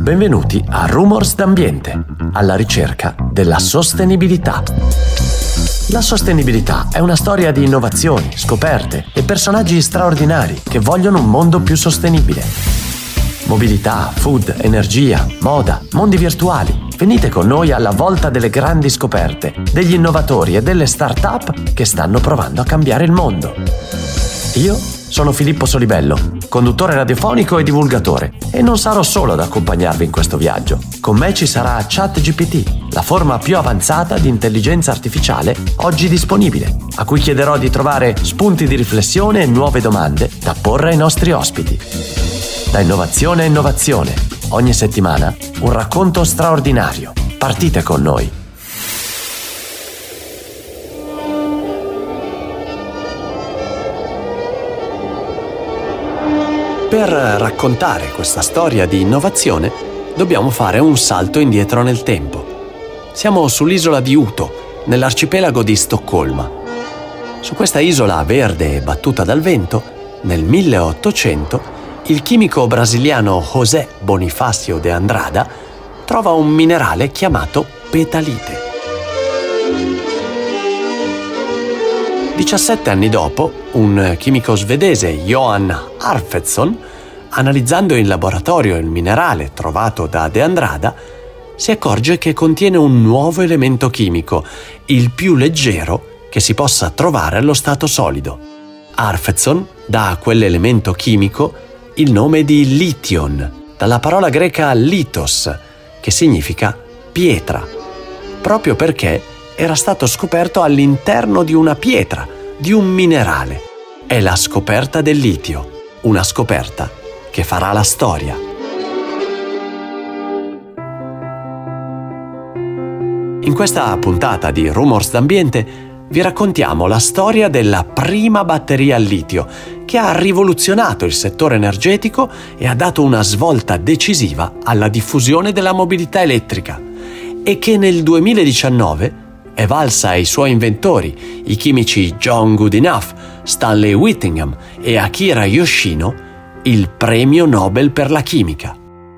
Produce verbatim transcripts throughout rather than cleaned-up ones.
Benvenuti a Rumors d'Ambiente, alla ricerca della sostenibilità. La sostenibilità è una storia di innovazioni, scoperte e personaggi straordinari che vogliono un mondo più sostenibile. Mobilità, food, energia, moda, mondi virtuali. Venite con noi alla volta delle grandi scoperte, degli innovatori e delle start-up che stanno provando a cambiare il mondo. Io sono Filippo Solibello, conduttore radiofonico e divulgatore, e non sarò solo ad accompagnarvi in questo viaggio. Con me ci sarà ChatGPT, la forma più avanzata di intelligenza artificiale oggi disponibile, a cui chiederò di trovare spunti di riflessione e nuove domande da porre ai nostri ospiti. Da innovazione a innovazione, ogni settimana un racconto straordinario. Partite con noi! Per raccontare questa storia di innovazione dobbiamo fare un salto indietro nel tempo. Siamo sull'isola di Uto, nell'arcipelago di Stoccolma. Su questa isola verde e battuta dal vento, nel milleottocento, il chimico brasiliano José Bonifácio de Andrada trova un minerale chiamato petalite. diciassette anni dopo, un chimico svedese, Johan Arfwedson, analizzando in laboratorio il minerale trovato da De Andrada, si accorge che contiene un nuovo elemento chimico, il più leggero che si possa trovare allo stato solido. Arfwedson dà a quell'elemento chimico il nome di lithion, dalla parola greca lithos, che significa pietra, proprio perché era stato scoperto all'interno di una pietra, di un minerale. È la scoperta del litio, una scoperta che farà la storia. In questa puntata di Rumors d'Ambiente vi raccontiamo la storia della prima batteria al litio, che ha rivoluzionato il settore energetico e ha dato una svolta decisiva alla diffusione della mobilità elettrica, e che nel duemiladiciannove è valsa ai suoi inventori, i chimici John Goodenough, Stanley Whittingham e Akira Yoshino, il premio Nobel per la chimica.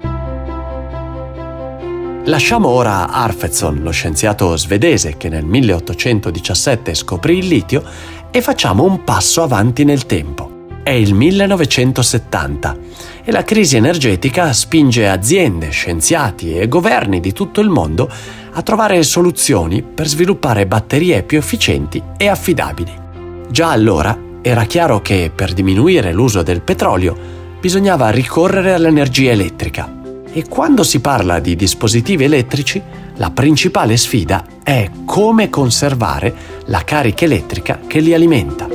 Lasciamo ora Arfwedson, lo scienziato svedese che nel milleottocentodiciassette scoprì il litio, e facciamo un passo avanti nel tempo. È il millenovecentosettanta e la crisi energetica spinge aziende, scienziati e governi di tutto il mondo a trovare soluzioni per sviluppare batterie più efficienti e affidabili. Già allora era chiaro che per diminuire l'uso del petrolio bisognava ricorrere all'energia elettrica, e quando si parla di dispositivi elettrici la principale sfida è come conservare la carica elettrica che li alimenta.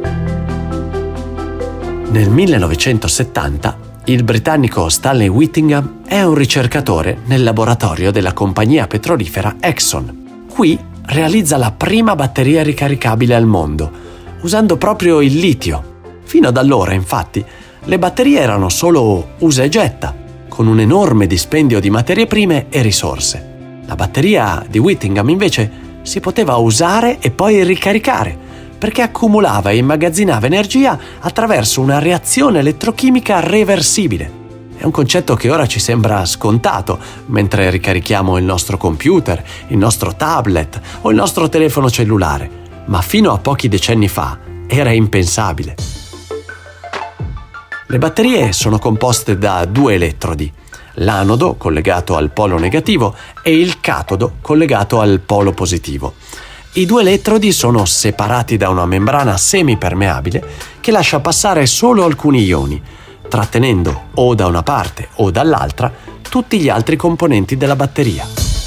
Nel millenovecentosettanta il britannico Stanley Whittingham è un ricercatore nel laboratorio della compagnia petrolifera Exxon. Qui realizza la prima batteria ricaricabile al mondo, usando proprio il litio. Fino ad allora, infatti, le batterie erano solo usa e getta, con un enorme dispendio di materie prime e risorse. La batteria di Whittingham, invece, si poteva usare e poi ricaricare, perché accumulava e immagazzinava energia attraverso una reazione elettrochimica reversibile. È un concetto che ora ci sembra scontato mentre ricarichiamo il nostro computer, il nostro tablet o il nostro telefono cellulare, ma fino a pochi decenni fa era impensabile. Le batterie sono composte da due elettrodi, l'anodo collegato al polo negativo e il catodo collegato al polo positivo. I due elettrodi sono separati da una membrana semipermeabile che lascia passare solo alcuni ioni, trattenendo o da una parte o dall'altra tutti gli altri componenti della batteria.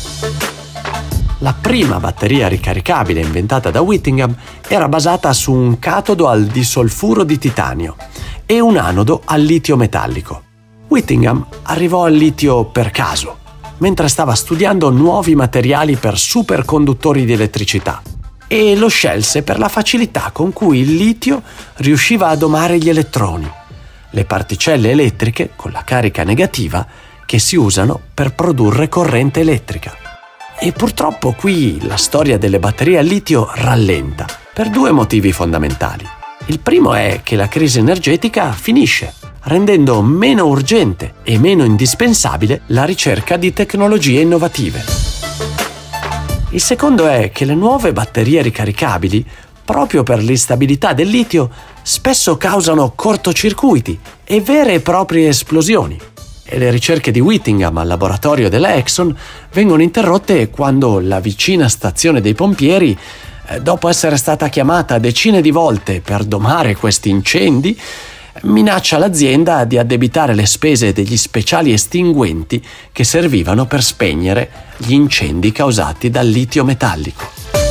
La prima batteria ricaricabile inventata da Whittingham era basata su un catodo al disolfuro di titanio e un anodo al litio metallico. Whittingham arrivò al litio per caso, mentre stava studiando nuovi materiali per superconduttori di elettricità, e lo scelse per la facilità con cui il litio riusciva a domare gli elettroni, le particelle elettriche con la carica negativa che si usano per produrre corrente elettrica. E purtroppo qui la storia delle batterie al litio rallenta per due motivi fondamentali. Il primo è che la crisi energetica finisce. rendendo meno urgente e meno indispensabile la ricerca di tecnologie innovative. Il secondo è che le nuove batterie ricaricabili, proprio per l'instabilità del litio, spesso causano cortocircuiti e vere e proprie esplosioni. E le ricerche di Whittingham al laboratorio della Exxon vengono interrotte quando la vicina stazione dei pompieri, dopo essere stata chiamata decine di volte per domare questi incendi, minaccia l'azienda di addebitare le spese degli speciali estinguenti che servivano per spegnere gli incendi causati dal litio metallico.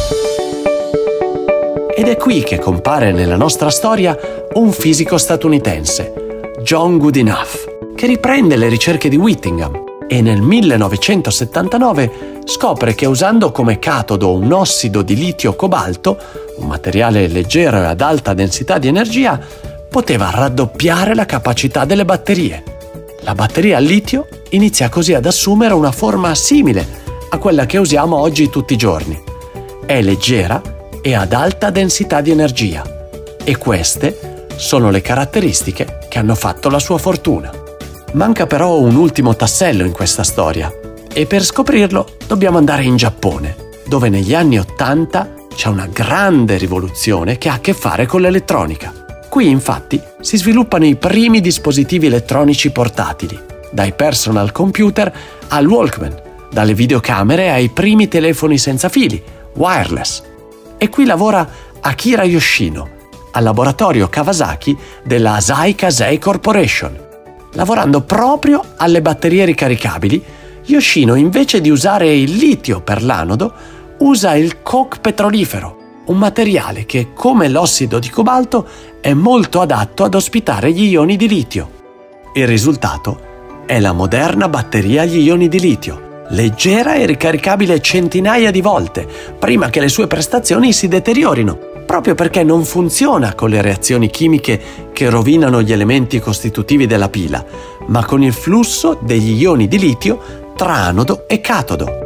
Ed è qui che compare nella nostra storia un fisico statunitense, John Goodenough, che riprende le ricerche di Whittingham e nel millenovecentosettantanove scopre che usando come catodo un ossido di litio-cobalto, un materiale leggero e ad alta densità di energia, poteva raddoppiare la capacità delle batterie. La batteria al litio inizia così ad assumere una forma simile a quella che usiamo oggi tutti i giorni. È leggera e ad alta densità di energia, e queste sono le caratteristiche che hanno fatto la sua fortuna. Manca però un ultimo tassello in questa storia, e per scoprirlo dobbiamo andare in Giappone, dove negli anni Ottanta c'è una grande rivoluzione che ha a che fare con l'elettronica. Qui infatti si sviluppano i primi dispositivi elettronici portatili, dai personal computer al Walkman, dalle videocamere ai primi telefoni senza fili, wireless. E qui lavora Akira Yoshino, al laboratorio Kawasaki della Asahi Kasei Corporation. Lavorando proprio alle batterie ricaricabili, Yoshino, invece di usare il litio per l'anodo, usa il coke petrolifero, un materiale che, come l'ossido di cobalto, è molto adatto ad ospitare gli ioni di litio. Il risultato è la moderna batteria agli ioni di litio, leggera e ricaricabile centinaia di volte, prima che le sue prestazioni si deteriorino, proprio perché non funziona con le reazioni chimiche che rovinano gli elementi costitutivi della pila, ma con il flusso degli ioni di litio tra anodo e catodo.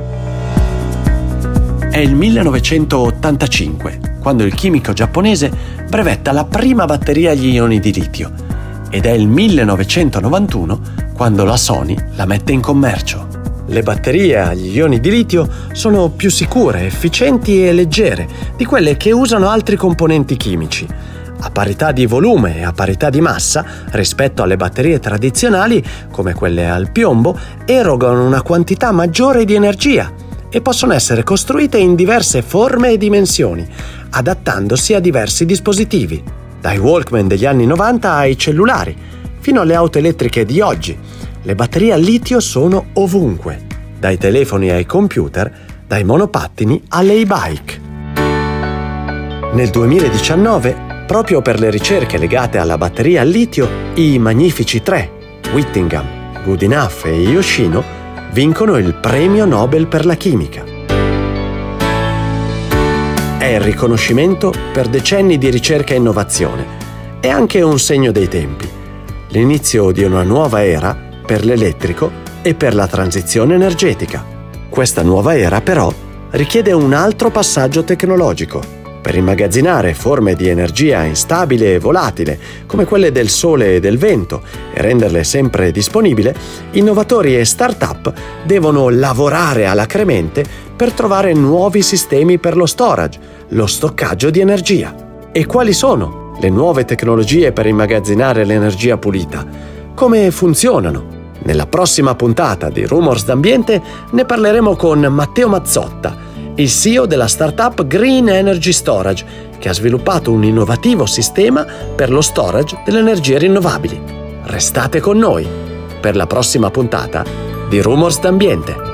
È il millenovecentottantacinque, quando il chimico giapponese brevetta la prima batteria agli ioni di litio, ed è il millenovecentonovantuno quando la Sony la mette in commercio. Le batterie agli ioni di litio sono più sicure, efficienti e leggere di quelle che usano altri componenti chimici. A parità di volume e a parità di massa, rispetto alle batterie tradizionali, come quelle al piombo, erogano una quantità maggiore di energia e possono essere costruite in diverse forme e dimensioni, adattandosi a diversi dispositivi, dai Walkman degli anni novanta ai cellulari, fino alle auto elettriche di oggi. Le batterie al litio sono ovunque, dai telefoni ai computer, dai monopattini alle e-bike. Nel duemiladiciannove, proprio per le ricerche legate alla batteria al litio, i Magnifici Tre, Whittingham, Goodenough e Yoshino, vincono il Premio Nobel per la chimica. È il riconoscimento per decenni di ricerca e innovazione. È anche un segno dei tempi, l'inizio di una nuova era per l'elettrico e per la transizione energetica. Questa nuova era, però, richiede un altro passaggio tecnologico. Per immagazzinare forme di energia instabile e volatile, come quelle del sole e del vento, e renderle sempre disponibili, innovatori e start-up devono lavorare alacremente per trovare nuovi sistemi per lo storage, lo stoccaggio di energia. E quali sono le nuove tecnologie per immagazzinare l'energia pulita? Come funzionano? Nella prossima puntata di Rumors d'Ambiente ne parleremo con Matteo Mazzotta, il C E O della startup Green Energy Storage, che ha sviluppato un innovativo sistema per lo storage delle energie rinnovabili. Restate con noi per la prossima puntata di Rumors d'Ambiente.